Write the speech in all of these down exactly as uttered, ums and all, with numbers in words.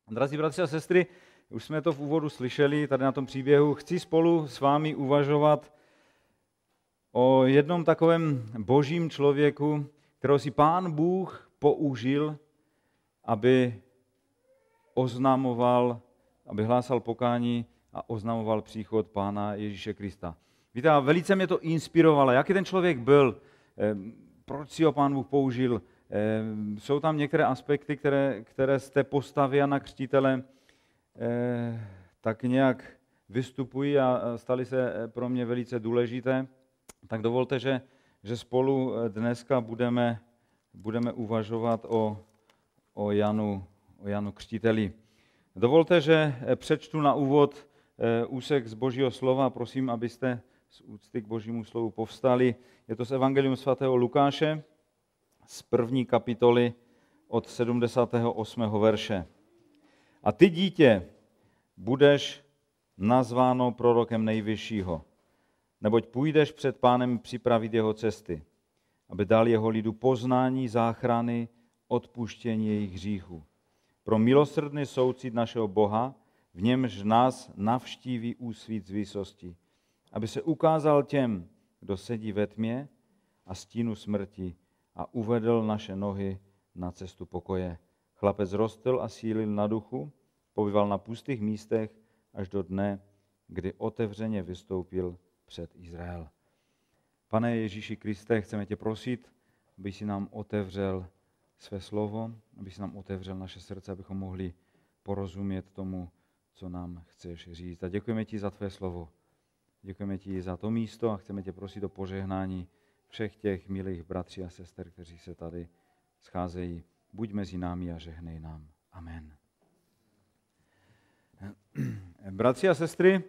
Drazí bratři a sestry, už jsme to v úvodu slyšeli, tady na tom příběhu. Chci spolu s vámi uvažovat o jednom takovém božím člověku, kterého si Pán Bůh použil, aby oznamoval, aby hlásal pokání a oznamoval příchod Pána Ježíše Krista. Víte, a velice mě to inspirovalo, jaký ten člověk byl, proč si ho Pán Bůh použil. Jsou tam některé aspekty, které, které z té postavy Jana Křtitele tak nějak vystupují a staly se pro mě velice důležité. Tak dovolte, že, že spolu dneska budeme, budeme uvažovat o, o, Janu, o Janu Křtiteli. Dovolte, že přečtu na úvod úsek z Božího slova. Prosím, abyste z úcty k Božímu slovu povstali. Je to z Evangelium svatého Lukáše, z první kapitoly od sedmdesátého osmého verše. A ty, dítě, budeš nazváno prorokem nejvyššího, neboť půjdeš před Pánem připravit jeho cesty, aby dal jeho lidu poznání, záchrany, odpuštění jejich hříchů. Pro milosrdný soucit našeho Boha, v němž nás navštíví úsvit z výsosti, aby se ukázal těm, kdo sedí ve tmě a stínu smrti, a uvedl naše nohy na cestu pokoje. Chlapec rostl a sílil na duchu, pobyval na pustých místech až do dne, kdy otevřeně vystoupil před Izrael. Pane Ježíši Kriste, chceme tě prosit, aby si nám otevřel své slovo, aby si nám otevřel naše srdce, abychom mohli porozumět tomu, co nám chceš říct. A děkujeme ti za tvé slovo. Děkujeme ti za to místo a chceme tě prosit o požehnání všech těch milých bratří a sester, kteří se tady scházejí. Buď mezi námi a žehnej nám. Amen. Bratři a sestry,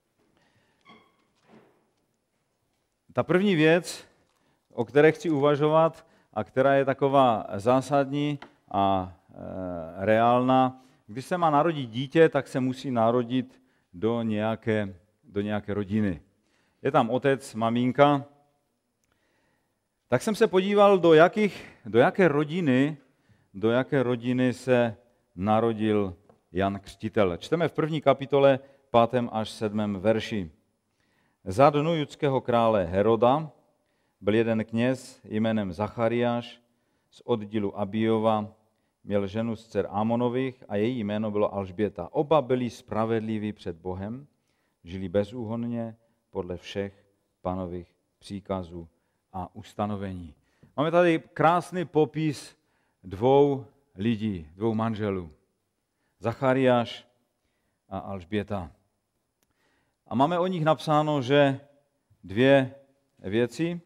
ta první věc, o které chci uvažovat a která je taková zásadní a e, reálná, když se má narodit dítě, tak se musí narodit do nějaké, do nějaké rodiny. Je tam otec, maminka. Tak jsem se podíval, do, jakých, do jaké rodiny, do jaké rodiny se narodil Jan Křtitel. Čteme v první kapitole pátém až sedmém verši. Za dnu judského krále Heroda byl jeden kněz jménem Zachariáš z oddílu Abijova, měl ženu z dcer Amonových a její jméno bylo Alžběta. Oba byli spravedliví před Bohem, žili bezúhonně podle všech Pánových příkazů a ustanovení. Máme tady krásný popis dvou lidí, dvou manželů. Zachariáš a Alžběta. A máme o nich napsáno, že dvě věci.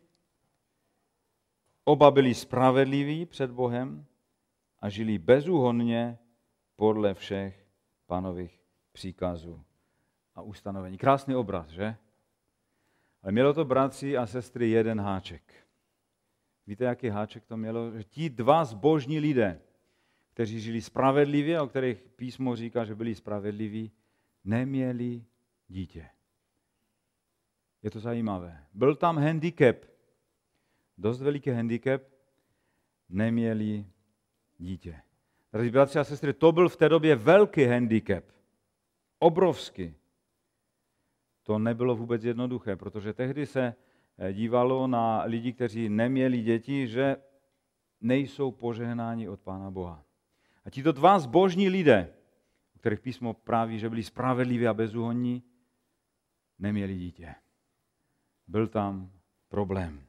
Oba byli spravedliví před Bohem a žili bezúhonně podle všech Pánových příkazů a ustanovení. Krásný obraz, že? Ale mělo to, bratři a sestry, jeden háček. Víte, jaký háček to mělo? Že ti dva zbožní lidé, kteří žili spravedlivě, o kterých písmo říká, že byli spravedliví, neměli dítě. Je to zajímavé. Byl tam handicap, dost veliký handicap, neměli dítě. Drazí bratři a sestry, to byl v té době velký handicap, obrovský. To nebylo vůbec jednoduché, protože tehdy se dívalo na lidi, kteří neměli děti, že nejsou požehnáni od Pána Boha. A tito dva zbožní lidé, o kterých písmo praví, že byli spravedliví a bezúhonní, neměli dítě. Byl tam problém.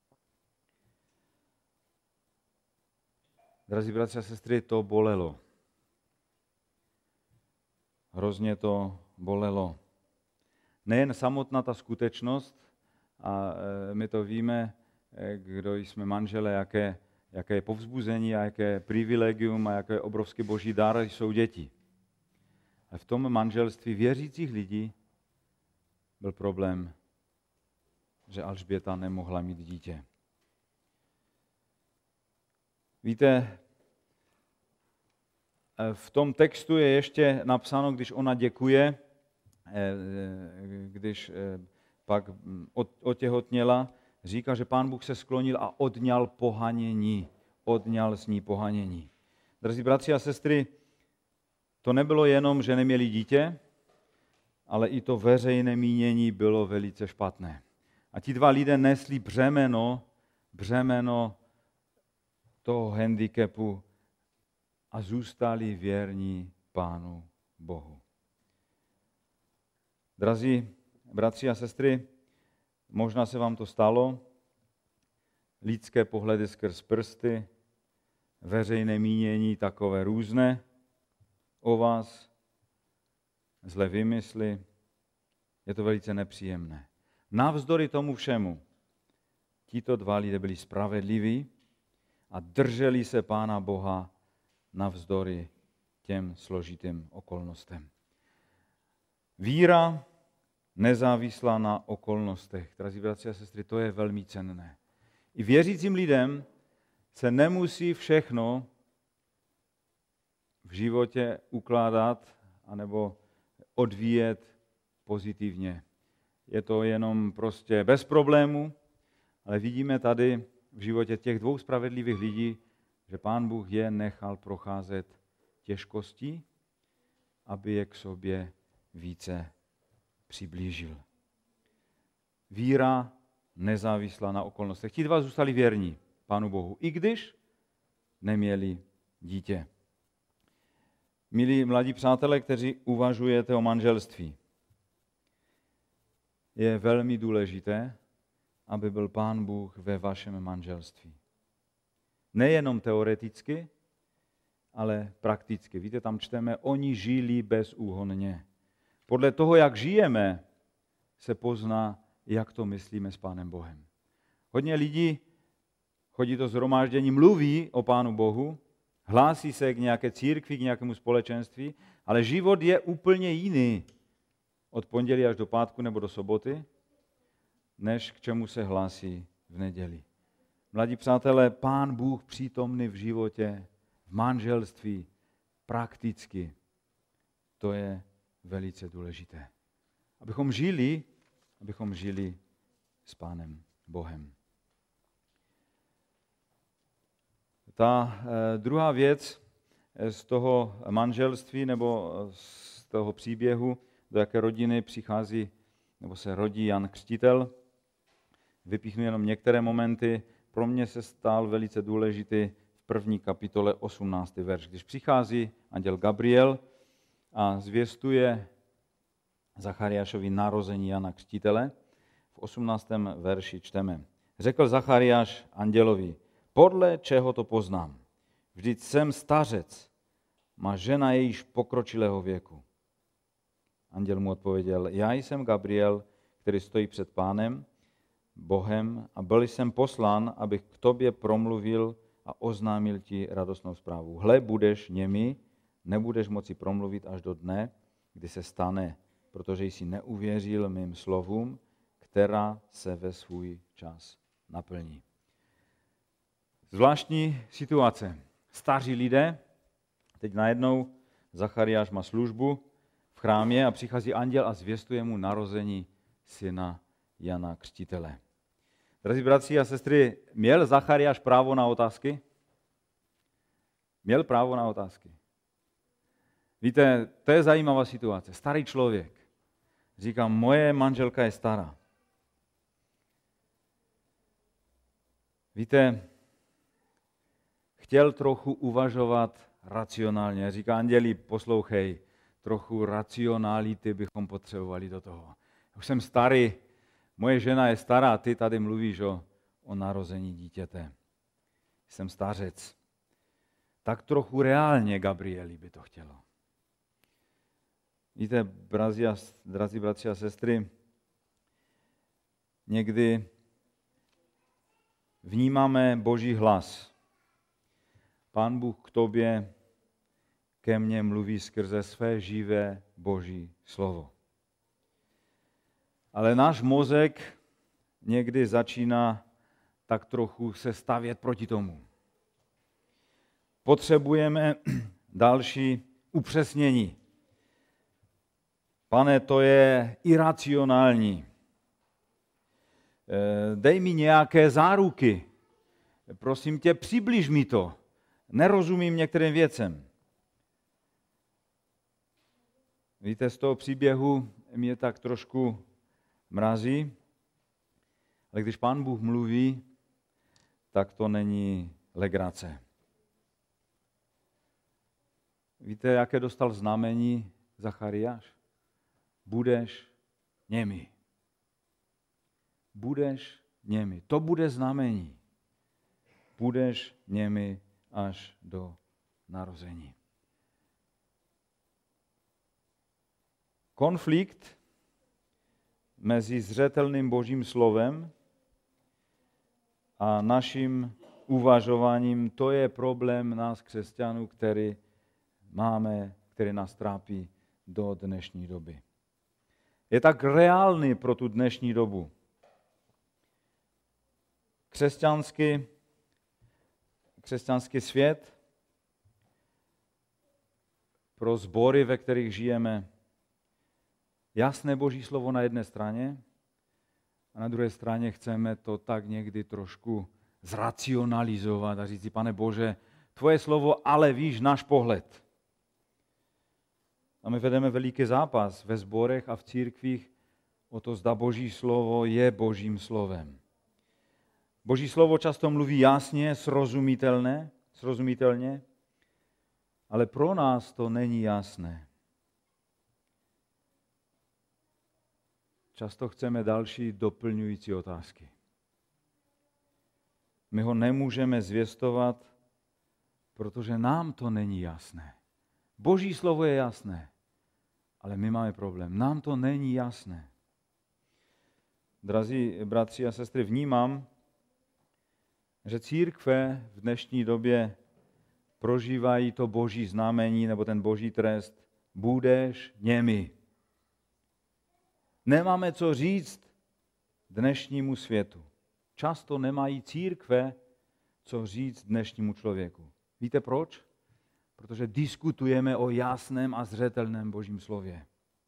Drazí bratři a sestry, to bolelo. Hrozně to bolelo. Nejen samotná ta skutečnost, a my to víme, kdo jsme manželé, jaké, jaké je povzbuzení a jaké privilegium a jaké obrovský boží dar jsou děti. A v tom manželství věřících lidí byl problém, že Alžběta nemohla mít dítě. Víte, v tom textu je ještě napsáno, když ona děkuje, když pak otěhotněla, říká, že Pán Bůh se sklonil a odňal pohanění. Odňal z ní pohanění. Drazí bratři a sestry, to nebylo jenom, že neměli dítě, ale i to veřejné mínění bylo velice špatné. A ti dva lidé nesli břemeno, břemeno toho handicapu a zůstali věrní Pánu Bohu. Drazí bratři a sestry, možná se vám to stalo, lidské pohledy skrz prsty, veřejné mínění takové různé o vás, zlé vymysly, je to velice nepříjemné. Navzdory tomu všemu, tito dva lidé byli spravedliví a drželi se Pána Boha navzdory těm složitým okolnostem. Víra nezávislá na okolnostech. Drazí bratři a sestry, to je velmi cenné. I věřícím lidem se nemusí všechno v životě ukládat anebo odvíjet pozitivně. Je to jenom prostě bez problému, ale vidíme tady v životě těch dvou spravedlivých lidí, že Pán Bůh je nechal procházet těžkostí, aby je k sobě více přiblížil. Víra nezávislá na okolnostech. Ti dva zůstali věrní Pánu Bohu, i když neměli dítě. Milí mladí přátelé, kteří uvažujete o manželství, je velmi důležité, aby byl Pán Bůh ve vašem manželství. Nejenom teoreticky, ale prakticky. Víte, tam čteme, oni žili bezúhonně. Podle toho, jak žijeme, se pozná, jak to myslíme s Pánem Bohem. Hodně lidí chodí do shromáždění, mluví o Pánu Bohu, hlásí se k nějaké církvi, k nějakému společenství, ale život je úplně jiný od pondělí až do pátku nebo do soboty, než k čemu se hlásí v neděli. Mladí přátelé, Pán Bůh přítomný v životě, v manželství, prakticky, to je velice důležité. Abychom žili, abychom žili s Pánem Bohem. Ta eh, druhá věc z toho manželství nebo z toho příběhu, do jaké rodiny přichází nebo se rodí Jan Křtitel, vypíchnu jenom některé momenty. Pro mě se stal velice důležitý v první kapitole osmnáctý verš, když přichází anděl Gabriel a zvěstuje Zachariášovi narození Jana Křtitele. V osmnáctém verši čteme. Řekl Zachariáš andělovi, podle čeho to poznám? Vždyť jsem stařec, má žena jejíž pokročilého věku. Anděl mu odpověděl, já jsem Gabriel, který stojí před Pánem, Bohem a byl jsem poslán, abych k tobě promluvil a oznámil ti radostnou zprávu. Hle, budeš němý, nebudeš moci promluvit až do dne, kdy se stane, protože jsi neuvěřil mým slovům, která se ve svůj čas naplní. Zvláštní situace. Staří lidé, teď najednou Zachariáš má službu v chrámě a přichází anděl a zvěstuje mu narození syna Jana Křtitele. Drazí bratři a sestry, měl Zachariáš právo na otázky? Měl právo na otázky. Víte, to je zajímavá situace. Starý člověk říká, moje manželka je stará. Víte, chtěl trochu uvažovat racionálně. Říká anděli, poslouchej, trochu racionality bychom potřebovali do toho. Už jsem starý, moje žena je stará, ty tady mluvíš o, o narození dítěte. Jsem stařec. Tak trochu reálně Gabrieli by to chtělo. Víte, brazí a, drazí bratři a sestry, někdy vnímáme Boží hlas. Pán Bůh k tobě, ke mně mluví skrze své živé Boží slovo. Ale náš mozek někdy začíná tak trochu se stavět proti tomu. Potřebujeme další upřesnění. Pane, to je iracionální. Dej mi nějaké záruky. Prosím tě, přibliž mi to. Nerozumím některým věcem. Víte, z toho příběhu mě tak trošku mrazí, ale když Pán Bůh mluví, tak to není legrace. Víte, jaké dostal znamení Zachariáš? Budeš němý. Budeš němý. To bude znamení. Budeš němý až do narození. Konflikt mezi zřetelným Božím slovem a naším uvažováním, to je problém nás křesťanů, který máme, který nás trápí do dnešní doby. Je tak reálný pro tu dnešní dobu. Křesťanský, křesťanský svět, pro sbory, ve kterých žijeme, jasné Boží slovo na jedné straně a na druhé straně chceme to tak někdy trošku zracionalizovat a říct si, Pane Bože, tvoje slovo, ale víš náš pohled. A my vedeme veliký zápas ve sborech a v církvích o to, zda Boží slovo je Božím slovem. Boží slovo často mluví jasně, srozumitelné, srozumitelně, ale pro nás to není jasné. Často chceme další doplňující otázky. My ho nemůžeme zvěstovat, protože nám to není jasné. Boží slovo je jasné, ale my máme problém. Nám to není jasné. Drazí bratři a sestry, vnímám, že církve v dnešní době prožívají to Boží znamení nebo ten Boží trest. Budeš němý. Nemáme co říct dnešnímu světu. Často nemají církve co říct dnešnímu člověku. Víte proč? Protože diskutujeme o jasném a zřetelném Božím slově.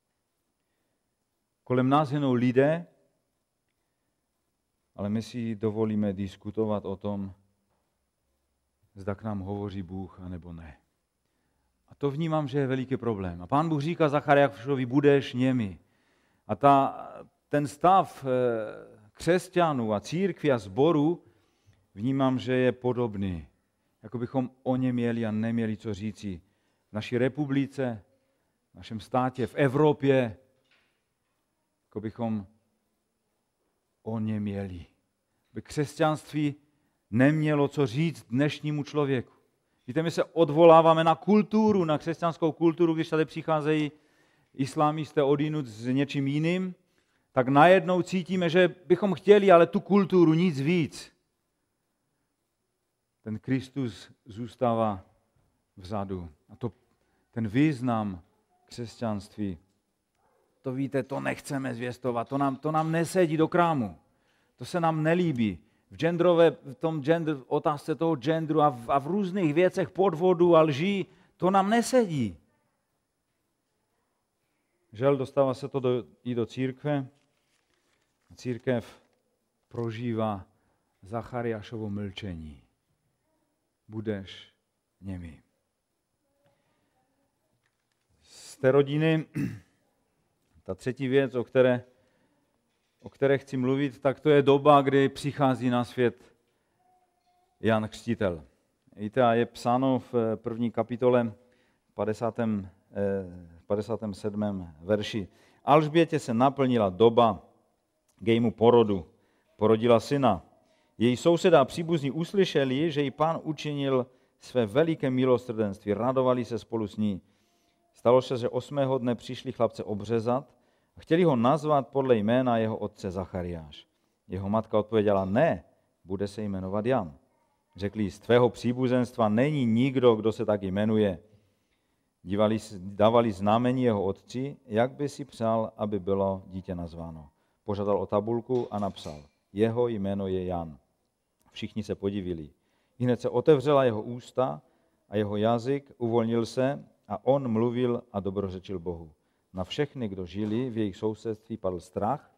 Kolem nás jenom lidé, ale my si dovolíme diskutovat o tom, zda k nám hovoří Bůh, anebo ne. A to vnímám, že je veliký problém. A Pán Bůh říká Zachariášovi, budeš němý. A ta, ten stav křesťanů a církví a sboru vnímám, že je podobný. Jako bychom o ně měli a neměli co říci. V naší republice, v našem státě, v Evropě, jako bychom o ně měli. By křesťanství nemělo co říct dnešnímu člověku. Víte, my se odvoláváme na kulturu, na křesťanskou kulturu, když tady přicházejí islámisté odinut s něčím jiným, tak najednou cítíme, že bychom chtěli, ale tu kulturu nic víc. Ten Kristus zůstává vzadu. A to, ten význam křesťanství, to víte, to nechceme zvěstovat, to nám, to nám nesedí do krámu. To se nám nelíbí. V genderové, v tom gender, otázce toho genderu a v, a v různých věcech podvodu a lží, to nám nesedí. Žel, dostává se to do, i do církve. Církev prožívá Zachariášovo mlčení. Budeš němý. Z té rodiny, ta třetí věc, o které, o které chci mluvit, tak to je doba, kdy přichází na svět Jan Křtitel. Víte, a je psáno v první kapitole padesátém padesátém sedmém verši. Alžbětě se naplnila doba k jejímu porodu. Porodila syna. Její souseda a příbuzní uslyšeli, že jí Pán učinil své veliké milosrdenství. Radovali se spolu s ní. Stalo se, že osmého dne přišli chlapce obřezat a chtěli ho nazvat podle jména jeho otce Zachariáš. Jeho matka odpověděla, ne, bude se jmenovat Jan. Řekli, z tvého příbuzenstva není nikdo, kdo se tak jmenuje. Dívali, dávali znamení jeho otci, jak by si přál, aby bylo dítě nazváno. Požádal o tabulku a napsal, jeho jméno je Jan. Všichni se podivili. Hned se otevřela jeho ústa a jeho jazyk uvolnil se a on mluvil a dobrořečil Bohu. Na všechny, kdo žili v jejich sousedství, padl strach.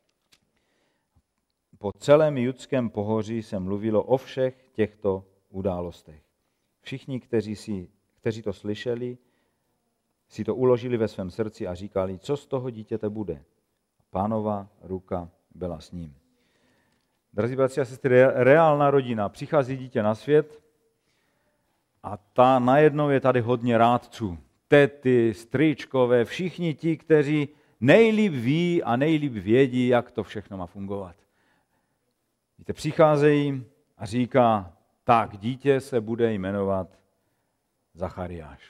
Po celém judském pohoří se mluvilo o všech těchto událostech. Všichni, kteří, si, kteří to slyšeli, si to uložili ve svém srdci a říkali, co z toho dítěte bude. Pánova ruka byla s ním. Drazí bratři a sestry, reálná rodina. Přichází dítě na svět a ta najednou je tady hodně rádců. Tety, strýčkové, všichni ti, kteří nejlíp ví a nejlíp vědí, jak to všechno má fungovat. Víte, přicházejí a říká, tak dítě se bude jmenovat Zachariáš.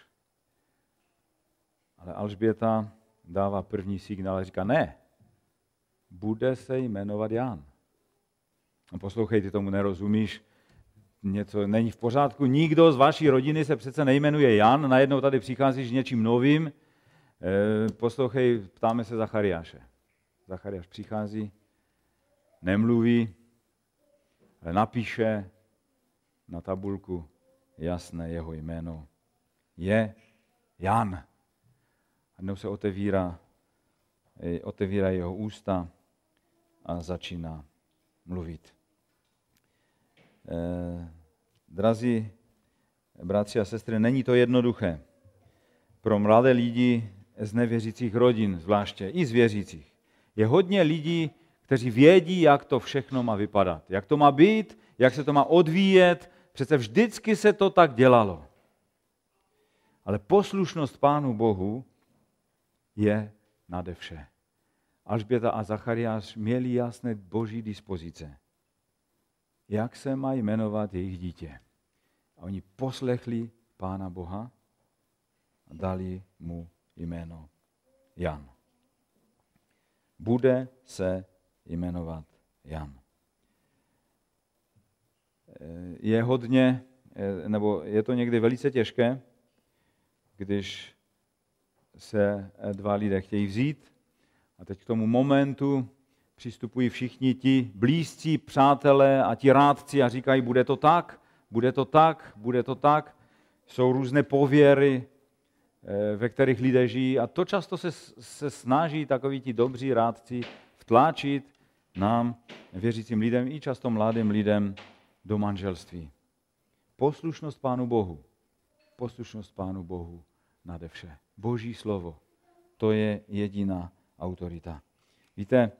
Ale Alžběta dává první signál a říká, ne, bude se jmenovat Jan. No poslouchej, ty tomu nerozumíš, něco není v pořádku, nikdo z vaší rodiny se přece nejmenuje Jan, najednou tady přicházíš s něčím novým, e, poslouchej, ptáme se Zachariáše. Zachariáš přichází, nemluví, ale napíše na tabulku jasné jeho jméno. Je Jan. A jednou se otevírá, otevírá jeho ústa a začíná mluvit. Eh, drazí bratři a sestry, není to jednoduché pro mladé lidi z nevěřících rodin, zvláště i z věřících. Je hodně lidí, kteří vědí, jak to všechno má vypadat, jak to má být, jak se to má odvíjet. Přece vždycky se to tak dělalo. Ale poslušnost Pánu Bohu je nade vše. Alžběta a Zachariáš měli jasné boží dispozice. Jak se má jmenovat jejich dítě. A oni poslechli Pána Boha a dali mu jméno Jan. Bude se jmenovat Jan. Je hodně, nebo je to někdy velice těžké, když se dva lidé chtějí vzít a teď k tomu momentu přistupují všichni ti blízcí přátelé a ti rádci a říkají, bude to tak, bude to tak, bude to tak. Jsou různé pověry, ve kterých lidé žijí a to často se, se snaží takoví ti dobří rádci vtláčit nám, věřícím lidem i často mladým lidem do manželství. Poslušnost Pánu Bohu. Poslušnost Pánu Bohu nade vše. Boží slovo. To je jediná autorita. Víte,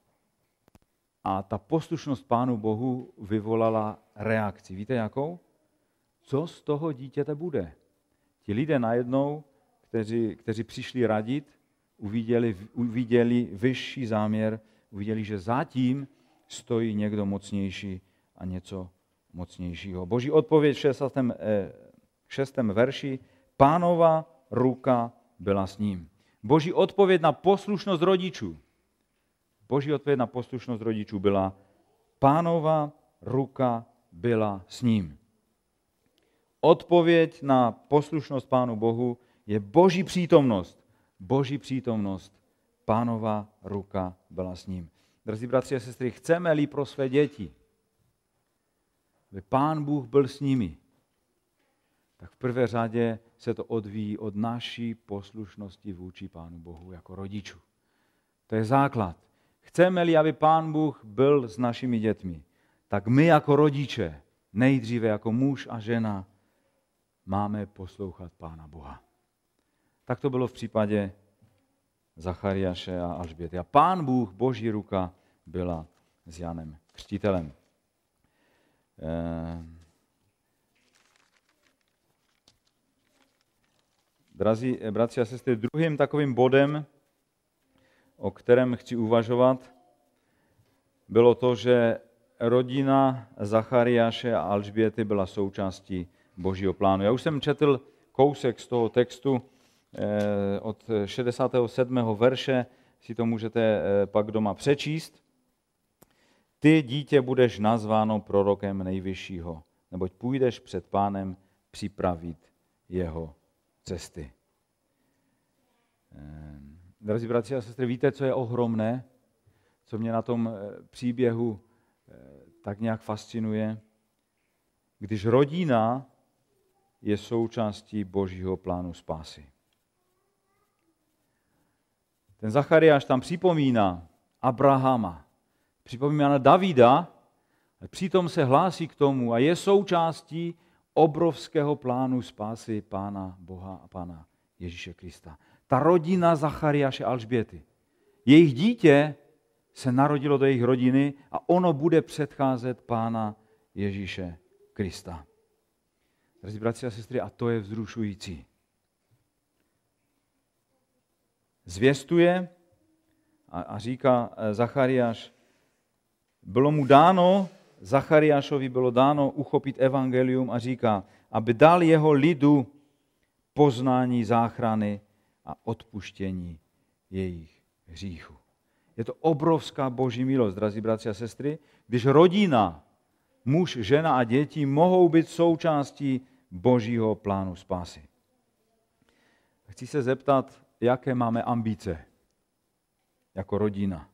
a ta poslušnost Pánu Bohu vyvolala reakci. Víte jakou? Co z toho dítěte bude? Ti lidé najednou, kteří, kteří přišli radit, uviděli, uviděli vyšší záměr, uviděli, že zatím stojí někdo mocnější a něco mocnějšího. Boží odpověď v šestém, eh, šestém verši, Pánova ruka byla s ním. Boží odpověď na poslušnost rodičů. Boží odpověď na poslušnost rodičů byla, Pánova ruka byla s ním. Odpověď na poslušnost Pánu Bohu je Boží přítomnost. Boží přítomnost, Pánova ruka byla s ním. Drazí bratři a sestry, chceme-li pro své děti, aby Pán Bůh byl s nimi, tak v prvé řadě se to odvíjí od naší poslušnosti vůči Pánu Bohu jako rodičů. To je základ. Chceme-li, aby Pán Bůh byl s našimi dětmi, tak my jako rodiče, nejdříve jako muž a žena, máme poslouchat Pána Boha. Tak to bylo v případě Zachariáše a Alžběty. A Pán Bůh, Boží ruka, byla s Janem Křtitelem. Eh... Drazí bratři a sestry, druhým takovým bodem, o kterém chci uvažovat, bylo to, že rodina Zachariáše a Alžběty byla součástí Božího plánu. Já už jsem četl kousek z toho textu od šedesátého sedmého verše, si to můžete pak doma přečíst. Ty, dítě, budeš nazváno prorokem nejvyššího, neboť půjdeš před Pánem připravit jeho cesty. Drazí bratři a sestry, víte, co je ohromné? Co mě na tom příběhu tak nějak fascinuje? Když rodina je součástí Božího plánu spásy. Ten Zachariáš tam připomíná Abrahama, připomíná Davida, ale přitom se hlásí k tomu a je součástí obrovského plánu spásy Pána Boha a Pána Ježíše Krista. Ta rodina Zachariáše a Alžběty. Jejich dítě se narodilo do jejich rodiny a ono bude předcházet Pána Ježíše Krista. Drazí bratři a sestry, a to je vzrušující. Zvěstuje a, a říká Zachariáš, bylo mu dáno, Zachariášovi bylo dáno uchopit evangelium a říká, aby dal jeho lidu poznání záchrany a odpuštění jejich hříchů. Je to obrovská boží milost, drazí bratři a sestry, když rodina, muž, žena a děti mohou být součástí božího plánu spásy. Chci se zeptat, jaké máme ambice jako rodina,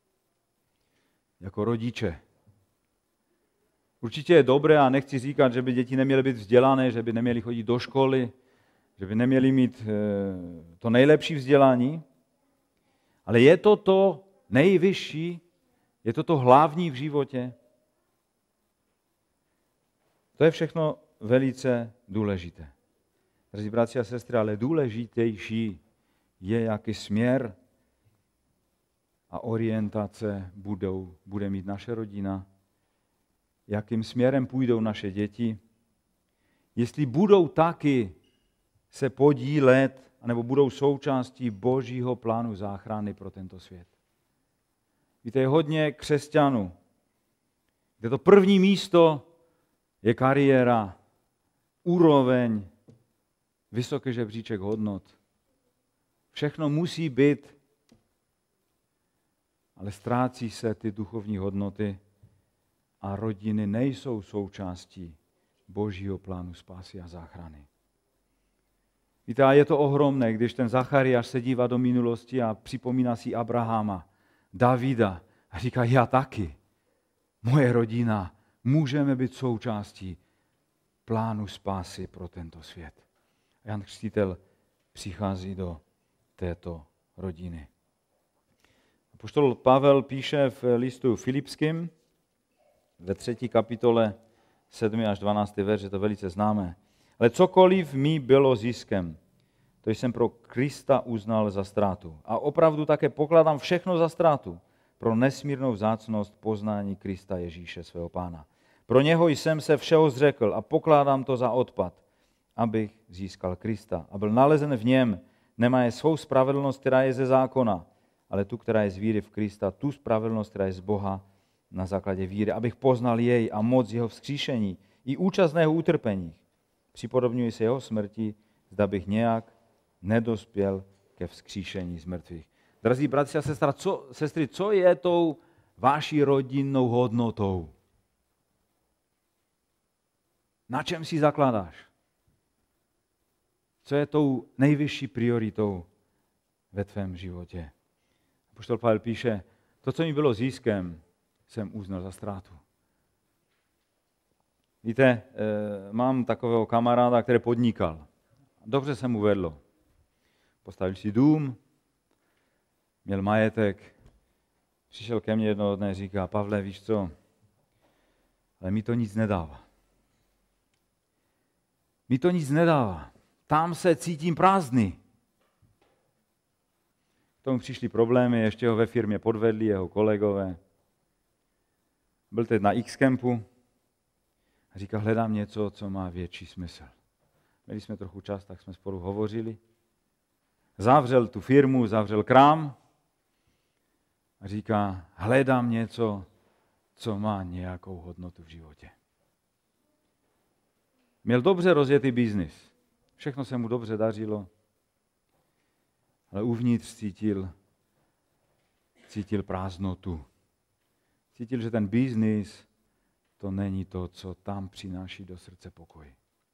jako rodiče. Určitě je dobré, a nechci říkat, že by děti neměly být vzdělané, že by neměly chodit do školy, že by neměly mít to nejlepší vzdělání, ale je to to nejvyšší, je to to hlavní v životě. To je všechno velice důležité. Drazí bratři a sestry, ale důležitější je, jaký směr a orientace budou, bude mít naše rodina, jakým směrem půjdou naše děti, jestli budou taky se podílet, nebo budou součástí božího plánu záchrany pro tento svět. Víte, je hodně křesťanů, kde to první místo je kariéra, úroveň, vysoký žebříček hodnot. Všechno musí být, ale ztrácí se ty duchovní hodnoty a rodiny nejsou součástí božího plánu spásy a záchrany. Víte, a je to ohromné, když ten Zachariáš se dívá do minulosti a připomíná si Abrahama, Davida a říká, já taky, moje rodina, můžeme být součástí plánu spásy pro tento svět. Jan Křtitel přichází do této rodiny. Apoštol Pavel píše v listu Filipským ve třetí kapitole sedmý až dvanáctý verš, je to velice známé. Ale cokoliv mi bylo ziskem, to jsem pro Krista uznal za ztrátu. A opravdu také pokládám všechno za ztrátu pro nesmírnou vzácnost poznání Krista Ježíše, svého Pána. Pro něho jsem se všeho zřekl a pokládám to za odpad, abych získal Krista a byl nalezen v něm, nemá svou spravedlnost, která je ze zákona, ale tu, která je z víry v Krista, tu spravedlnost, která je z Boha na základě víry, abych poznal jej a moc jeho vzkříšení i účast na jeho utrpení. Připodobňuji se jeho smrti, zda bych nějak nedospěl ke vzkříšení z mrtvých. Drazí bratři a sestra, co, sestry, co je tou vaší rodinnou hodnotou? Na čem si zakládáš? Co je tou nejvyšší prioritou ve tvém životě? Apoštol Pavel píše, to, co mi bylo ziskem, jsem uznal za ztrátu. Víte, mám takového kamaráda, který podnikal. Dobře se mu vedlo. Postavil si dům, měl majetek, přišel ke mně jednoho dne a říká, Pavle, víš co, ale mi to nic nedává. Mi to nic nedává. Tam se cítím prázdný. K tomu přišly problémy, ještě ho ve firmě podvedli jeho kolegové. Byl teď na X-campu a říká, hledám něco, co má větší smysl. Měli jsme trochu čas, tak jsme spolu hovořili. Zavřel tu firmu, zavřel krám a říká, hledám něco, co má nějakou hodnotu v životě. Měl dobře rozjetý biznis. Všechno se mu dobře dařilo, ale uvnitř cítil, cítil prázdnotu. Cítil, že ten biznis to není to, co tam přináší do srdce pokoj.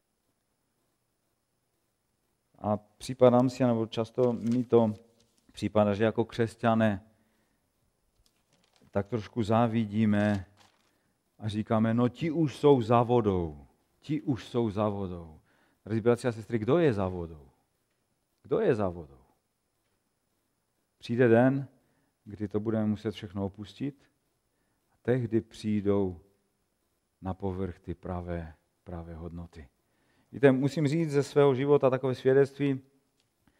A připadám si, nebo často mi to připadá, že jako křesťané tak trošku závidíme a říkáme, no ti už jsou za vodou, ti už jsou za vodou. Drazí bratři a sestry, kdo je za vodou? Kdo je za vodou? Přijde den, kdy to budeme muset všechno opustit a tehdy přijdou na povrch ty pravé, pravé hodnoty. Víte, musím říct ze svého života takové svědectví.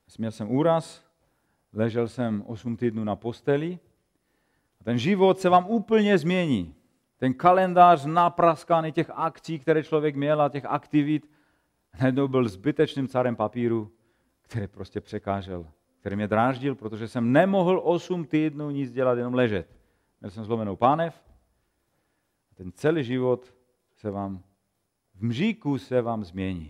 Měl jsem úraz, ležel jsem osm týdnů na posteli a ten život se vám úplně změní. Ten kalendář napraskaný těch akcí, které člověk měl a těch aktivit, najednou byl zbytečným carem papíru, který prostě překážel, který mě dráždil, protože jsem nemohl osm týdnů nic dělat, jenom ležet. Měl jsem zlomenou pánev a ten celý život se vám, v mžíku se vám změní.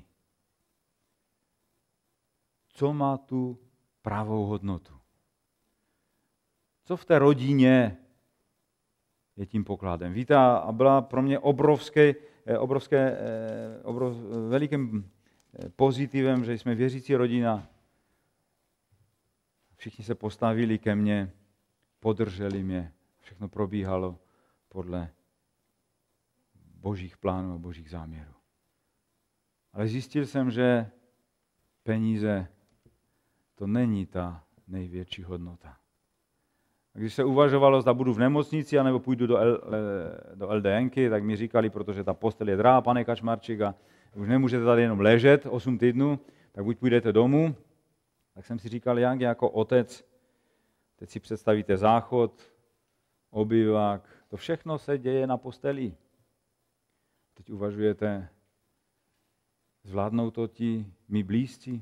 Co má tu pravou hodnotu? Co v té rodině je tím pokladem? Víte, a byla pro mě obrovské, obrovské, obrov, velikým pozitivem, že jsme věřící rodina. Všichni se postavili ke mně, podrželi mě. Všechno probíhalo podle božích plánů a božích záměrů. Ale zjistil jsem, že peníze to není ta největší hodnota. A když se uvažovalo, zda budu v nemocnici, anebo půjdu do, L, do LDNky, tak mi říkali, protože ta postel je drahá, pane Kačmarčík, a už nemůžete tady jenom ležet osm týdnů, tak buď půjdete domů. Tak jsem si říkal, jak jako otec, teď si představíte záchod, obyvák, to všechno se děje na posteli. Teď uvažujete, zvládnou to ti mí blízcí?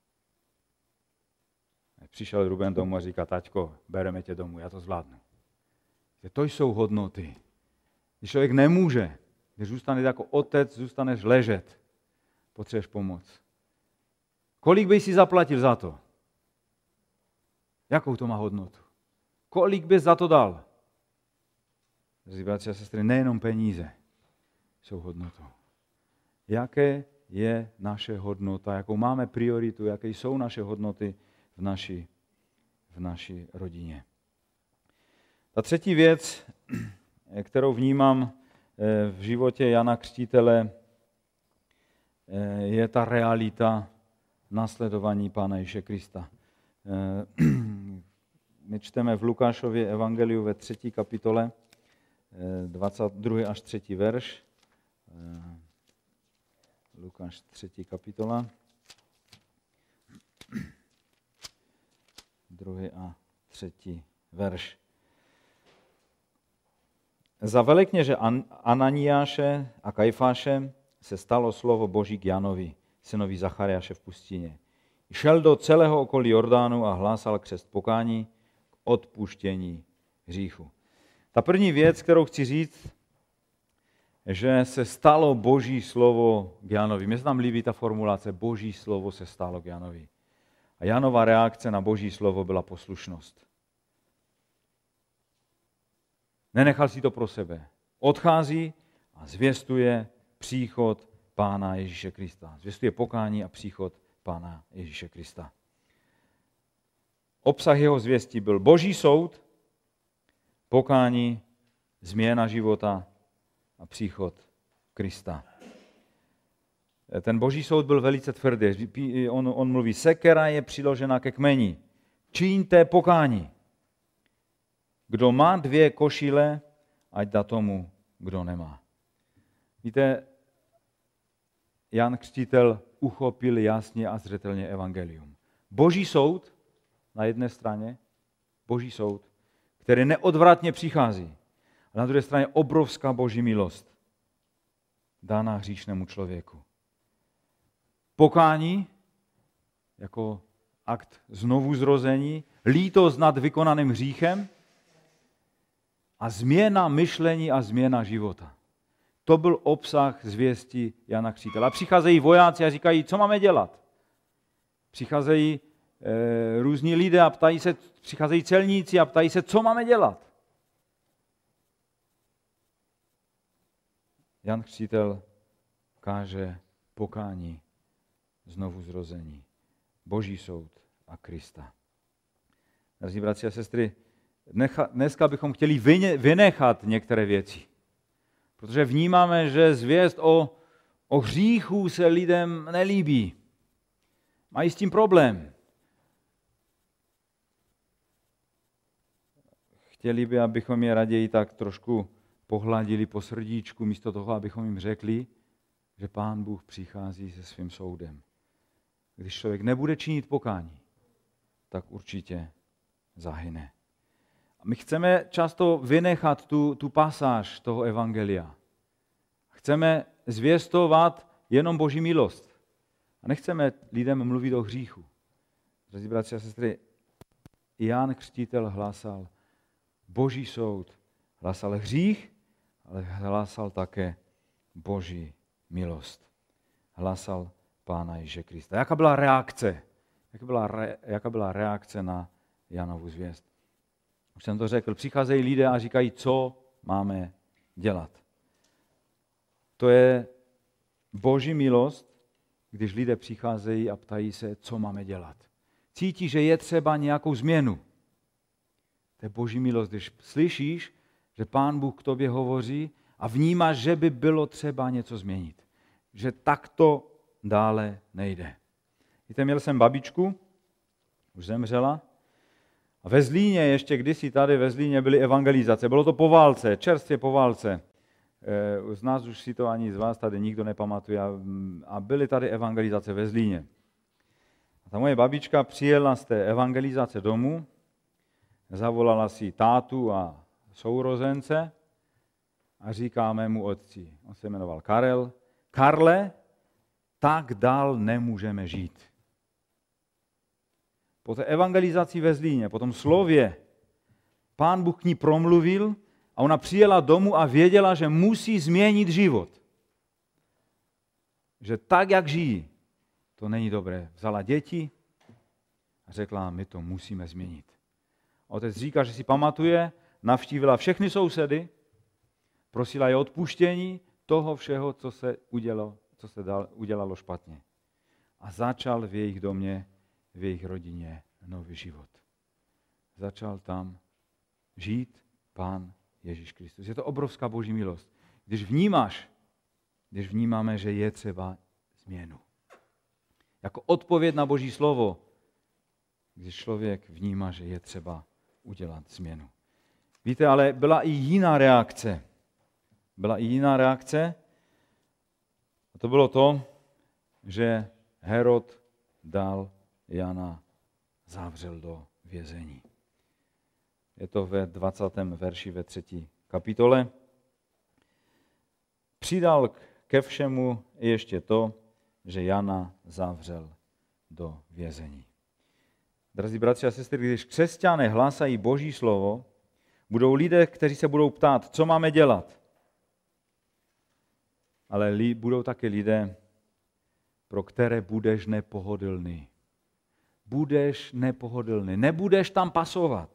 Přišel Ruben domů a říká, taťko, bereme tě domů, já to zvládnu. To jsou hodnoty. Když člověk nemůže, když zůstaneš jako otec, zůstaneš ležet, potřebuješ pomoc. Kolik bys si zaplatil za to? Jakou to má hodnotu? Kolik bys za to dal? Bratři a sestry, nejenom peníze jsou hodnotou. Jaké je naše hodnota, jakou máme prioritu, jaké jsou naše hodnoty v naší, v naší rodině. Ta třetí věc, kterou vnímám v životě Jana Křtitele, je ta realita následování Pána Ježíše Krista. My čteme v Lukášově evangeliu ve třetí kapitole, dvacátý druhý až třetí verš. Lukáš třetí kapitola. Druhý a třetí verš. Za velekněže Ananiáše a Kajfáše se stalo slovo Boží k Janovi, synovi Zachariáše v pustině. Šel do celého okolí Jordánu a hlásal křest pokání k odpuštění hříchu. Ta první věc, kterou chci říct, že se stalo Boží slovo k Janovi. Mně se tam líbí ta formulace, Boží slovo se stalo k Janovi. A Janova reakce na Boží slovo byla poslušnost. Nenechal si to pro sebe. Odchází a zvěstuje příchod Pána Ježíše Krista. Zvěstuje pokání a příchod Pána Ježíše Krista. Obsah jeho zvěstí byl Boží soud, pokání, změna života a příchod Krista. Ten Boží soud byl velice tvrdý. On, on mluví, sekera je přiložena ke kmeni. Čiňte pokání. Kdo má dvě košile, ať dá tomu, kdo nemá. Víte, Jan Křtitel uchopil jasně a zřetelně evangelium. Boží soud na jedné straně, Boží soud, který neodvratně přichází. A na druhé straně obrovská Boží milost dána hříšnému člověku. Pokání jako akt znovuzrození, lítost nad vykonaným hříchem a změna myšlení a změna života. To byl obsah zvěsti Jana Křtitele. A přicházejí vojáci a říkají, co máme dělat? Přicházejí e, různí lidé a ptají se, přicházejí celníci a ptají se, co máme dělat? Jan Křtitel káže pokání, znovuzrození, Boží soud a Krista. Drazí bratři a sestry, dneska bychom chtěli vynechat některé věci, protože vnímáme, že zvěst o, o hříchu se lidem nelíbí. Mají s tím problém. Chtěli by, abychom je raději tak trošku pohladili po srdíčku, místo toho, abychom jim řekli, že Pán Bůh přichází se svým soudem. Když člověk nebude činit pokání, tak určitě zahyne. A my chceme často vynechat tu, tu pasáž toho evangelia. Chceme zvěstovat jenom Boží milost. A nechceme lidem mluvit o hříchu. Drazí bratři a sestry, Jan Křtitel hlásal Boží soud, hlásal hřích, ale hlásal také Boží milost. Hlásal Pána Ježíše Krista. Jaká byla reakce? Jaká byla, re, jaká byla reakce na Janovu zvěst? Už jsem to řekl, přicházejí lidé a říkají, co máme dělat. To je Boží milost, když lidé přicházejí a ptají se, co máme dělat. Cítí, že je třeba nějakou změnu. To je Boží milost, když slyšíš, že Pán Bůh k tobě hovoří a vnímáš, že by bylo třeba něco změnit. Že takto dále nejde. Víte, měl jsem babičku, už zemřela, a ve Zlíně, ještě kdysi tady ve Zlíně byly evangelizace. Bylo to po válce, čerstvě po válce. Z nás už si to ani z vás tady nikdo nepamatuje. A byly tady evangelizace ve Zlíně. A ta moje babička přijela z té evangelizace domů, zavolala si tátu a sourozence a říká mému otci, on se jmenoval Karel, Karle, tak dál nemůžeme žít. Po té evangelizaci ve Zlíně, po tom slově, Pán Bůh k ní promluvil a ona přijela domů a věděla, že musí změnit život. Že tak, jak žijí, to není dobré. Vzala děti a řekla, my to musíme změnit. Otec říká, že si pamatuje, navštívila všechny sousedy, prosila je odpuštění toho všeho, co se udělalo, co se udělalo špatně. A začal v jejich domě, v jejich rodině nový život. Začal tam žít Pán Ježíš Kristus. Je to obrovská Boží milost. Když vnímáš, když vnímáme, že je třeba změnu. Jako odpověď na Boží slovo, když člověk vnímá, že je třeba udělat změnu. Víte, ale byla i jiná reakce. Byla i jiná reakce. A to bylo to, že Herod dal Jana, zavřel do vězení. Je to ve dvacátém verši ve třetí kapitole. Přidal ke všemu ještě to, že Jana zavřel do vězení. Drazí bratři a sestry, když křesťané hlásají Boží slovo, budou lidé, kteří se budou ptát, co máme dělat. Ale li, budou také lidé, pro které budeš nepohodlný. Budeš nepohodlný, nebudeš tam pasovat.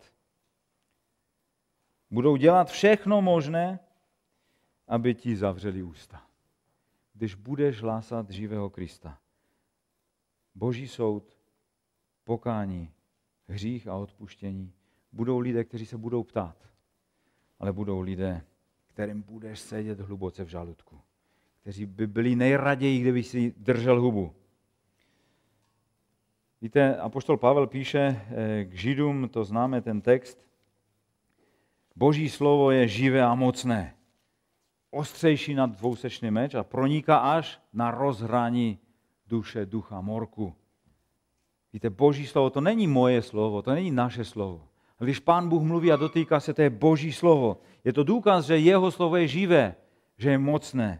Budou dělat všechno možné, aby ti zavřeli ústa. Když budeš hlásat živého Krista. Boží soud, pokání, hřích a odpuštění. Budou lidé, kteří se budou ptát, ale budou lidé, kterým budeš sedět hluboce v žaludku. Kteří by byli nejraději, kdyby si držel hubu. Víte, apoštol Pavel píše k Židům, to známe ten text, Boží slovo je živé a mocné, ostřejší nad dvousečný meč a proniká až na rozhraní duše, ducha, morku. Víte, Boží slovo, to není moje slovo, to není naše slovo. A když Pán Bůh mluví a dotýká se, to je Boží slovo. Je to důkaz, že jeho slovo je živé, že je mocné.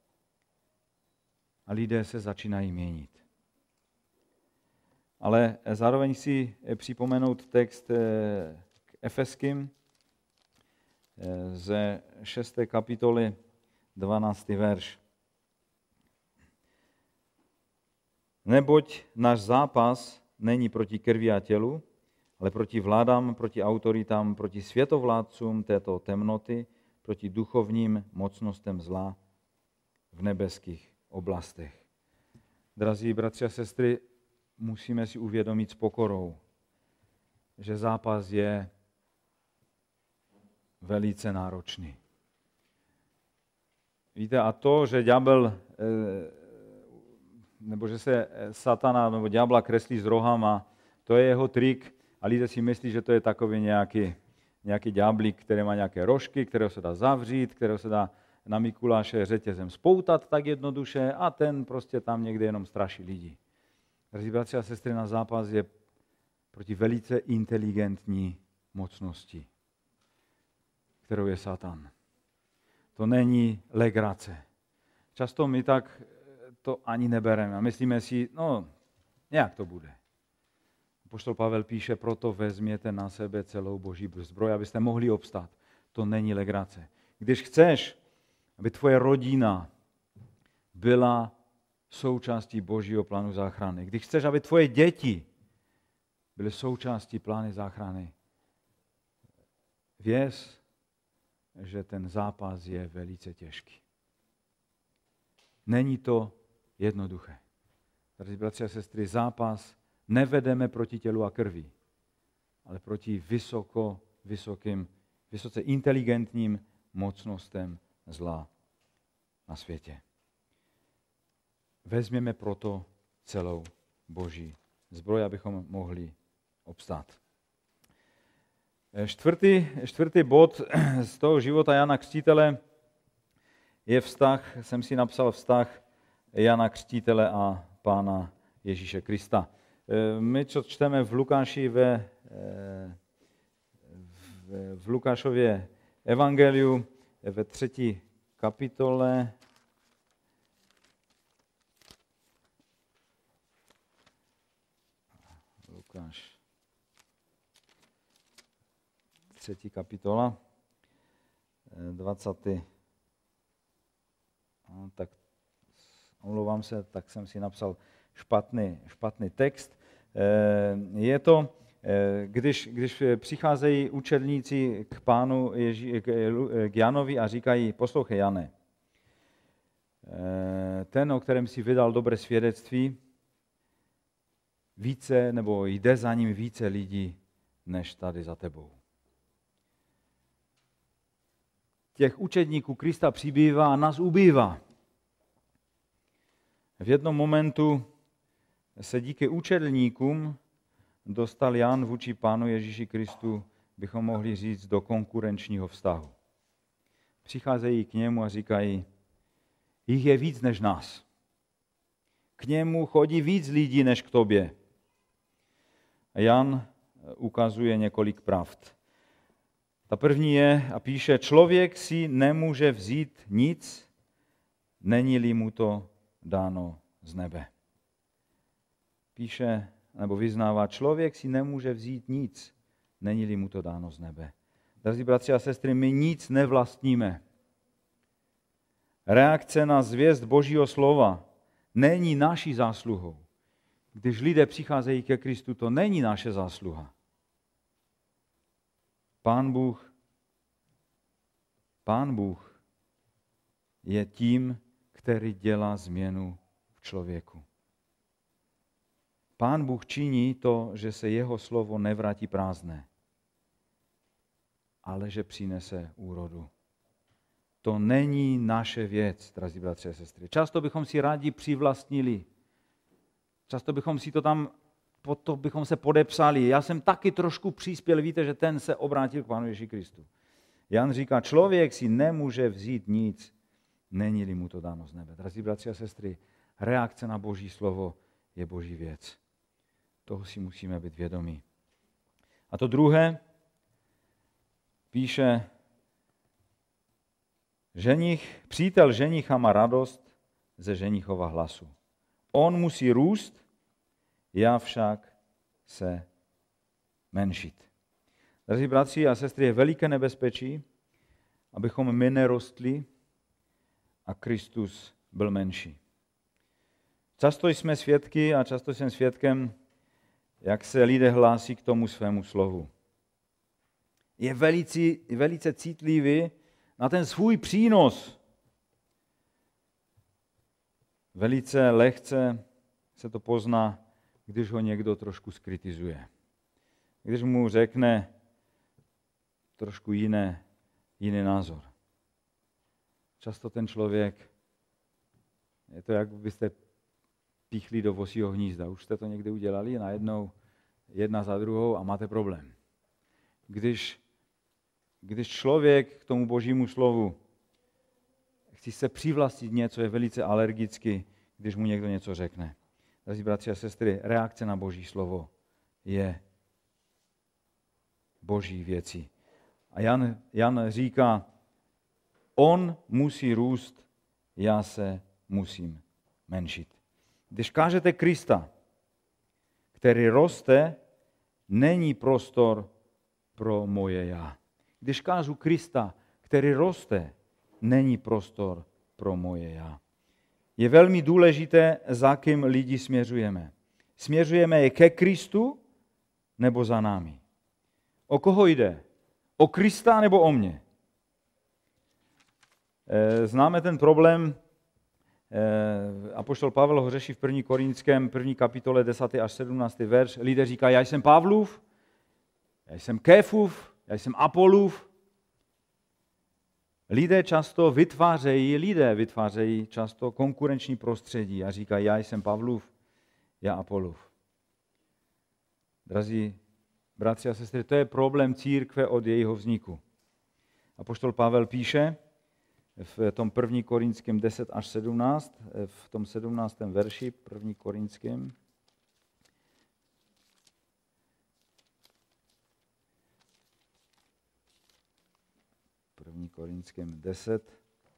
A lidé se začínají měnit. Ale zároveň si připomenout text k Efeským ze šesté kapitoly, dvanáctý verš. Neboť náš zápas není proti krvi a tělu, ale proti vládám, proti autoritám, proti světovládcům této temnoty, proti duchovním mocnostem zla v nebeských oblastech. Drazí bratři a sestry, musíme si uvědomit s pokorou, že zápas je velice náročný. Víte, a to, že ďábel, nebo že se satana nebo ďábla kreslí s rohama, to je jeho trik a lidé si myslí, že to je takový nějaký, nějaký ďáblík, který má nějaké rožky, kterého se dá zavřít, kterého se dá na Mikuláše řetězem spoutat tak jednoduše a ten prostě tam někde jenom straší lidi. Drazí bratři a sestry, na zápas je proti velice inteligentní mocnosti, kterou je Satan. To není legrace. Často my tak to ani nebereme a myslíme si, no, nějak to bude. Apoštol Pavel píše, proto vezměte na sebe celou boží zbroj, abyste mohli obstát. To není legrace. Když chceš, aby tvoje rodina byla součástí božího plánu záchrany, když chceš, aby tvoje děti byly součástí plány záchrany, věz, že ten zápas je velice těžký. Není to jednoduché. Drazí bratři a sestry, zápas nevedeme proti tělu a krvi, ale proti vysoko, vysokým, vysoce inteligentním mocnostem zla na světě. Vezměme proto celou boží zbroj, abychom mohli obstát. Čtvrtý, čtvrtý bod z toho života Jana Křtitele je vztah, jsem si napsal vztah Jana Křtitele a Pána Ježíše Krista. My, co čteme v Lukáši ve, v Lukášově evangeliu ve třetí kapitole, Lukáš, třetí kapitola, dvacátý No, tak omlouvám se, tak jsem si napsal špatný, špatný text. Je to, když, když přicházejí učedníci k pánu Ježí, k Janovi a říkají, poslouchej Jane, ten, o kterém si vydal dobré svědectví, více, nebo jde za ním více lidí, než tady za tebou. Těch učedníků Krista přibývá a nás ubývá. V jednom momentu se díky učedníkům dostal Jan vůči Pánu Ježíši Kristu, bychom mohli říct, do konkurenčního vztahu. Přicházejí k němu a říkají, jich je víc než nás. K němu chodí víc lidí než k tobě. A Jan ukazuje několik pravd. Ta první je a píše, člověk si nemůže vzít nic, není-li mu to dáno z nebe. Píše, nebo vyznává, člověk si nemůže vzít nic, není-li mu to dáno z nebe. Drazí bratři a sestry, my nic nevlastníme. Reakce na zvěst Božího slova není naší zásluhou. Když lidé přicházejí ke Kristu, to není naše zásluha. Pán Bůh, Pán Bůh je tím, který dělá změnu v člověku. Pán Bůh činí to, že se jeho slovo nevrátí prázdné, ale že přinese úrodu. To není naše věc, drazí bratři a sestry. Často bychom si rádi přivlastnili. Často bychom si to tam, pod to bychom se podepsali. Já jsem taky trošku přispěl, víte, že ten se obrátil k Pánu Ježíši Kristu. Jan říká, člověk si nemůže vzít nic, není-li mu to dáno z nebe. Drazí bratři a sestry, reakce na Boží slovo je Boží věc. Toho si musíme být vědomí. A to druhé, píše, ženich, přítel ženicha má radost ze ženichova hlasu. On musí růst, já však se menšit. Drazí bratři a sestry, je veliké nebezpečí, abychom my nerostli a Kristus byl menší. Často jsme svědky a často jsem svědkem, jak se lidé hlásí k tomu svému slovu. Je velice, velice citlivý na ten svůj přínos. Velice lehce se to pozná, když ho někdo trošku skritizuje. Když mu řekne trošku jiné, jiný názor. Často ten člověk, je to, jak byste píchli do vosího hnízda. Už jste to někdy udělali, najednou jedna za druhou a máte problém. Když, když člověk k tomu Božímu slovu chce se přivlastnit něco, je velice alergicky, když mu někdo něco řekne. Drazí bratři a sestry, reakce na Boží slovo je boží věci. A Jan, Jan říká, on musí růst, já se musím menšit. Když kážete Krista, který roste, není prostor pro moje já. Když kážu Krista, který roste, není prostor pro moje já. Je velmi důležité, za kým lidi směřujeme. Směřujeme je ke Kristu nebo za námi? O koho jde? O Krista nebo o mě? Známe ten problém, apoštol Pavel ho řeší v první Korinském, první kapitole, desátý až sedmnáctý verš. Lidé říkají, já jsem Pavlův, já jsem Kéfův, já jsem Apolův. Lidé často vytvářejí, lidé vytvářejí často konkurenční prostředí a říkají, já jsem Pavlův, já Apolův. Drazí bratři a sestry, to je problém církve od jejího vzniku. Apoštol Pavel píše v tom první Korinském deset až sedmnáct, v tom sedmnáctém verši první Korinském. první Korinském deset,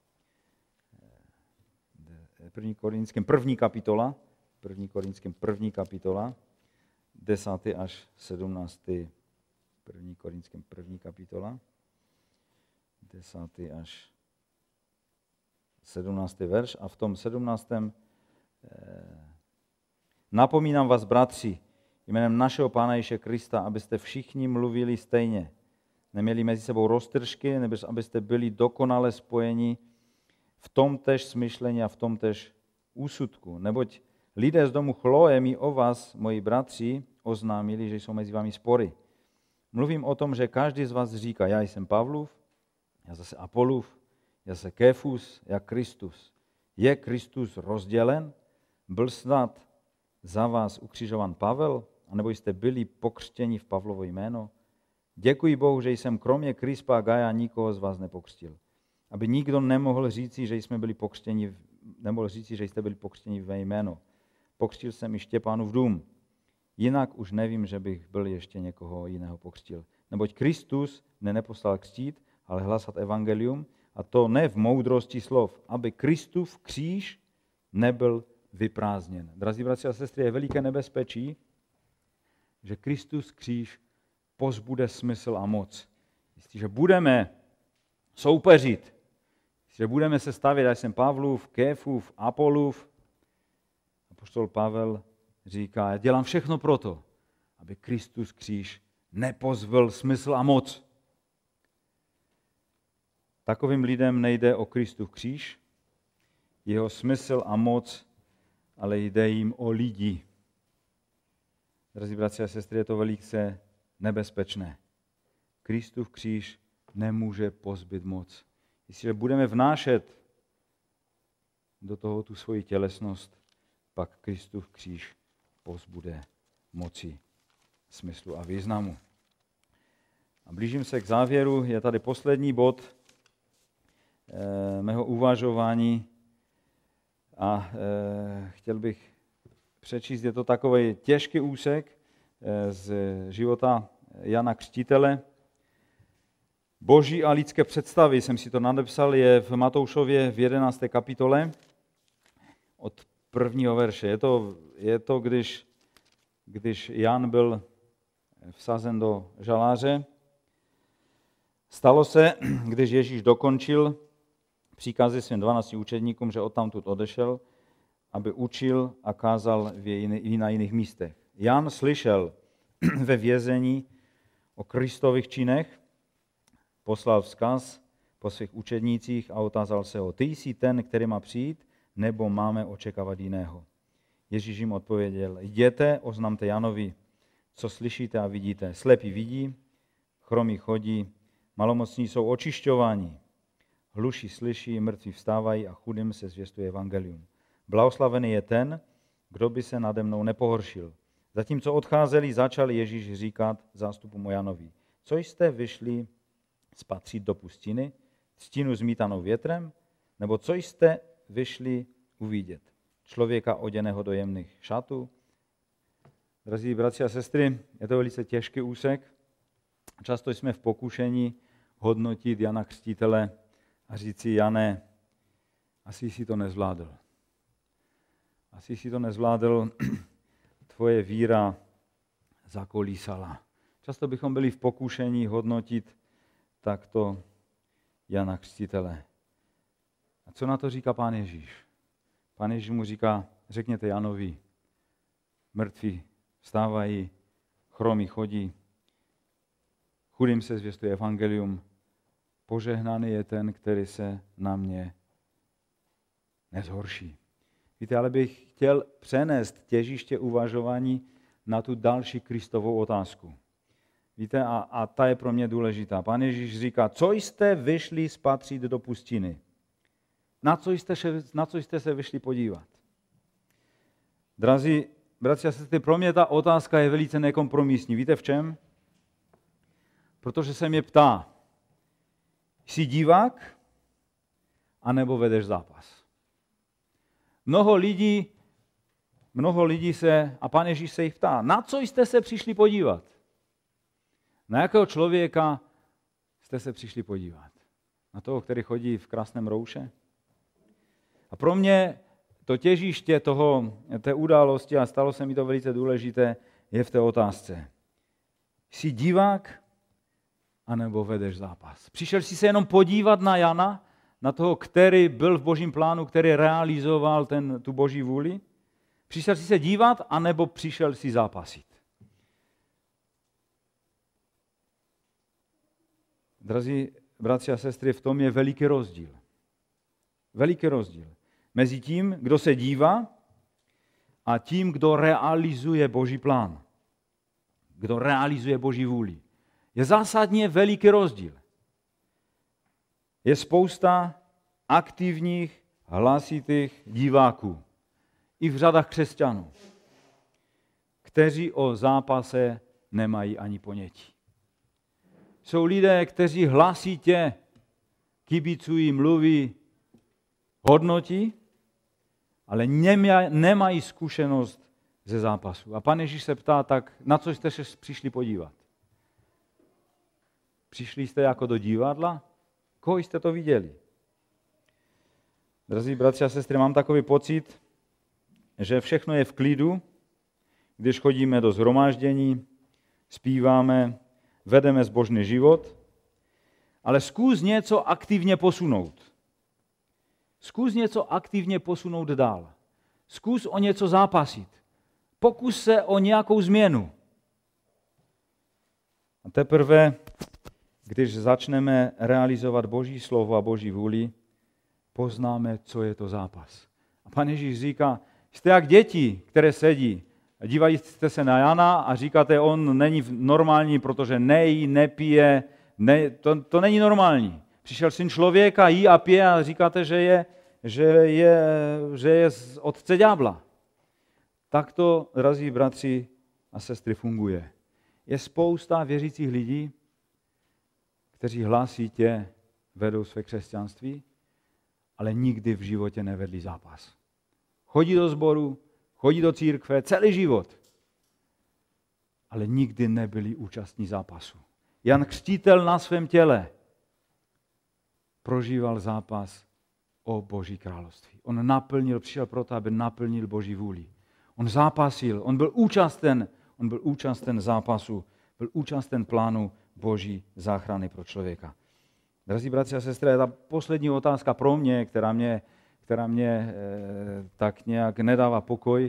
první Korinském první kapitola, první Korinském první kapitola, desátý až sedmnáctý, první Korinském první kapitola, desátý až sedmnáctý verš a v tom sedmnáctém eh, napomínám vás, bratři, jménem našeho Pána Ježíše Krista, abyste všichni mluvili stejně. Neměli mezi sebou roztržky, nebo abyste byli dokonale spojeni v tom též smyšlení a v tom též úsudku. Neboť lidé z domu Chloe mi o vás, moji bratři, oznámili, že jsou mezi vámi spory. Mluvím o tom, že každý z vás říká, já jsem Pavlův, já zase Apolův, já jsem Kéfus, já Kristus. Je Kristus rozdělen? Byl snad za vás ukřižovan Pavel? A nebo jste byli pokřtěni v Pavlovo jméno? Děkuji Bohu, že jsem kromě Krispa a Gaja nikoho z vás nepokřtil. Aby nikdo nemohl říci, že jsme byli pokřtěni, nemohl říci, že jste byli pokřtěni ve jméno. Pokřtil jsem i Štěpánův dům. Jinak už nevím, že bych byl ještě někoho jiného pokřtil. Neboť Kristus mne neposlal křtít, ale hlasat evangelium, a to ne v moudrosti slov, aby Kristův kříž nebyl vyprázdněn. Drazí bratři a sestry, je veliké nebezpečí, že Kristus kříž pozbude smysl a moc. Jestliže budeme soupeřit, jestliže budeme se stavět, já jsem Pavlův, Kéfův, Apolův, apoštol Pavel říká, já dělám všechno proto, aby Kristus kříž nepozvil smysl a moc. Takovým lidem nejde o Kristův kříž, jeho smysl a moc, ale jde jim o lidi. Drazí bratři a sestry, je to velice nebezpečné. Kristův kříž nemůže pozbyt moc. Jestliže budeme vnášet do toho tu svoji tělesnost, pak Kristův kříž pozbude moci, smyslu a významu. A blížím se k závěru. Je tady poslední bod eh, mého uvažování a eh, chtěl bych přečíst, je to takový těžký úsek eh, z života Jana Křtitele. Boží a lidské představy, jsem si to nadepsal, je v Matoušově v jedenácté kapitole od prvního verše. Je to, je to když, když Jan byl vsazen do žaláře. Stalo se, když Ježíš dokončil příkazy svým dvanácti učedníkům, že odtamtud odešel, aby učil a kázal i na jiných místech. Jan slyšel ve vězení o Kristových činech, poslal vzkaz po svých učednících a otázal se ho, ty jsi ten, který má přijít, nebo máme očekávat jiného? Ježíš jim odpověděl, jděte, oznamte Janovi, co slyšíte a vidíte. Slepí vidí, chromí chodí, malomocní jsou očišťováni, hluší slyší, mrtví vstávají a chudým se zvěstuje evangelium. Blahoslavený je ten, kdo by se nade mnou nepohoršil. Zatímco odcházeli, začal Ježíš říkat zástupu Janovi, co jste vyšli spatřit do pustiny, třtinu zmítanou větrem, nebo co jste vyšli uvidět? Člověka oděného do jemných šatů. Drazí bratři a sestry, je to velice těžký úsek Často jsme v pokušení hodnotit Jana Křtitele a říci: Jane, asi si to nezvládl. Asi si to nezvládl, tvoje víra zakolísala. Často bychom byli v pokušení hodnotit takto Jana Křtitele. A co na to říká Pán Ježíš? Pán Ježíš mu říká: řekněte Janovi, mrtví vstávají, chromí chodí, chudým se zvěstuje evangelium, požehnaný je ten, který se na mě nezhorší. Víte, ale bych chtěl přenést těžiště uvažování na tu další Kristovou otázku. Víte, a, a ta je pro mě důležitá. Pán Ježíš říká: co jste vyšli spatřit do pustiny? Na co jste, na co jste se vyšli podívat? Drazí bratři a sestry, pro mě ta otázka je velice nekompromisní. Víte v čem? Protože se mě ptá: jsi divák, anebo vedeš zápas? Mnoho lidí, mnoho lidí se, a Pán Ježíš se jich ptá: na co jste se přišli podívat? Na jakého člověka jste se přišli podívat? Na toho, který chodí v krásném rouše? A pro mě to těžiště toho, té události, a stalo se mi to velice důležité, je v té otázce: jsi divák, anebo vedeš zápas? Přišel jsi se jenom podívat na Jana, na toho, který byl v Božím plánu, který realizoval ten, tu Boží vůli? Přišel jsi se dívat, anebo přišel jsi zápasit? Drazí bratři a sestry, v tom je veliký rozdíl. Veliký rozdíl mezi tím, kdo se dívá, a tím, kdo realizuje Boží plán. Kdo realizuje Boží vůli. Je zásadně veliký rozdíl. Je spousta aktivních, hlasitých diváků i v řadách křesťanů, kteří o zápase nemají ani ponětí. Jsou lidé, kteří hlasitě kibicují, mluví, hodnotí, ale nemají zkušenost ze zápasu. A Pán Ježíš se ptá: tak na co jste se přišli podívat? Přišli jste jako do divadla? Koho jste to viděli? Drazí bratři a sestry, mám takový pocit, že všechno je v klidu, když chodíme do shromáždění, zpíváme, vedeme zbožný život, ale zkus něco aktivně posunout. Zkus něco aktivně posunout dál. Zkus o něco zápasit. Pokus se o nějakou změnu. A teprve, když začneme realizovat Boží slovo a Boží vůli, poznáme, co je to zápas. A Pán Ježíš říká: jste jak děti, které sedí. Dívají jste se na Jana a říkáte: on není normální, protože nejí, nepije. Ne, to, to není normální. Přišel syn člověka, jí a pije, a říkáte, že je, že je, že je z otce ďábla. Tak to, drazí bratři a sestry, funguje. Je spousta věřících lidí, kteří hlasitě vedou své křesťanství, ale nikdy v životě nevedli zápas. Chodí do sboru, chodí do církve celý život, ale nikdy nebyli účastní zápasu. Jan Křtitel na svém těle prožíval zápas o Boží království. On naplnil, přišel proto, aby naplnil Boží vůli. On zápasil, on byl účasten, on byl účasten zápasu, byl účasten plánu Boží záchrany pro člověka. Drazí bratři a sestry, ta poslední otázka pro mě, která mě, která mě e, tak nějak nedává pokoj,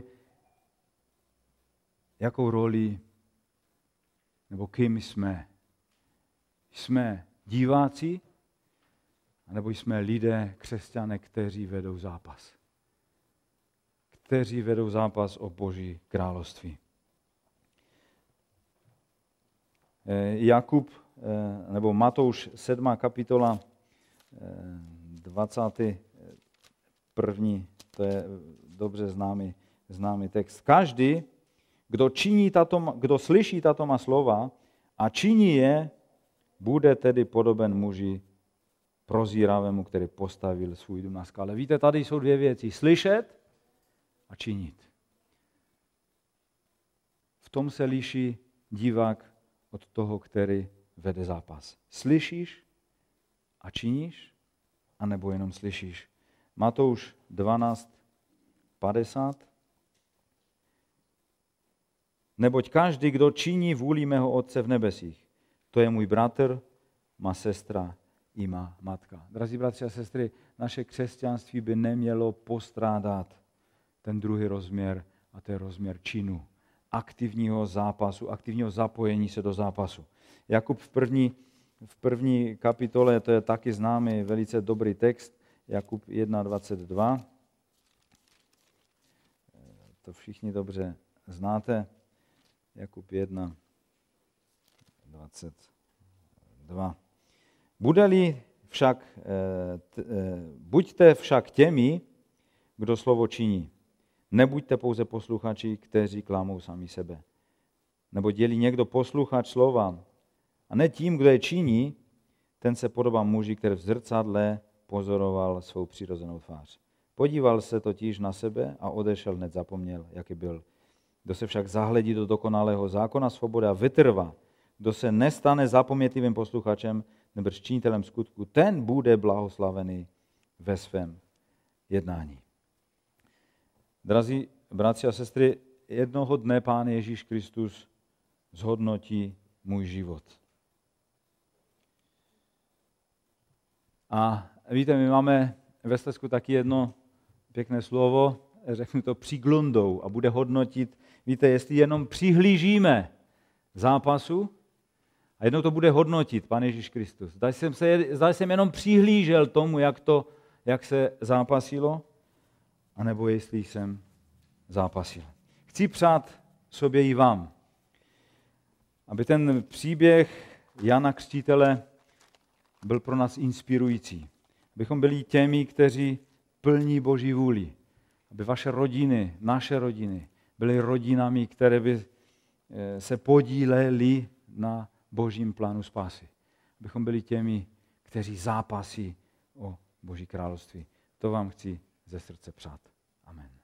jakou roli nebo kým jsme? Jsme diváci, anebo jsme lidé, křesťané, kteří vedou zápas. Kteří vedou zápas o Boží království. Jakub, nebo Matouš sedmá kapitola, dvacátý první, to je dobře známý, známý text. Každý, kdo, činí tato, kdo slyší tato má slova a činí je, bude tedy podoben muži prozíravému, který postavil svůj dům na skále. Víte, tady jsou dvě věci. Slyšet a činit. V tom se liší divák od toho, který vede zápas. Slyšíš a činíš, anebo jenom slyšíš? Matouš dvanáct padesát. Neboť každý, kdo činí vůli mého Otce v nebesích, to je můj bratr, má sestra i má matka. Drazí bratři a sestry, naše křesťanství by nemělo postrádat ten druhý rozměr, a to je rozměr činu, aktivního zápasu, aktivního zapojení se do zápasu. Jakub v první, v první kapitole, to je taky známý, velice dobrý text, Jakub jedna dvacet dva. To všichni dobře znáte. Jakub jedna dvacet dva. Bude-li však, buďte však těmi, kdo slovo činí. Nebuďte pouze posluchači, kteří klamou sami sebe. Nebo je-li někdo posluchač slova a ne tím, kdo je činí, ten se podobá muži, který v zrcadle pozoroval svou přirozenou tvář. Podíval se totiž na sebe a odešel, hned zapomněl, jaký byl. Kdo se však zahledí do dokonalého zákona svobody a vytrvá, kdo se nestane zapomnětlivým posluchačem nebo činitelem skutku, ten bude blahoslavený ve svém jednání. Drazí bratři a sestry, jednoho dne Pán Ježíš Kristus zhodnotí můj život. A víte, my máme ve Slezsku taky jedno pěkné slovo, řeknu to přiglundou, a bude hodnotit, víte, jestli jenom přihlížíme zápasu, a jednou to bude hodnotit Pán Ježíš Kristus. Zda jsem, se, zda jsem jenom přihlížel tomu, jak, to, jak se zápasilo, anebo jestli jsem zápasil. Chci přát sobě i vám, aby ten příběh Jana Křtitele byl pro nás inspirující. Abychom byli těmi, kteří plní Boží vůli. Aby vaše rodiny, naše rodiny, byly rodinami, které by se podílely na Božím plánu spásy. Abychom byli těmi, kteří zápasí o Boží království. To vám chci ze srdce přát. Amen.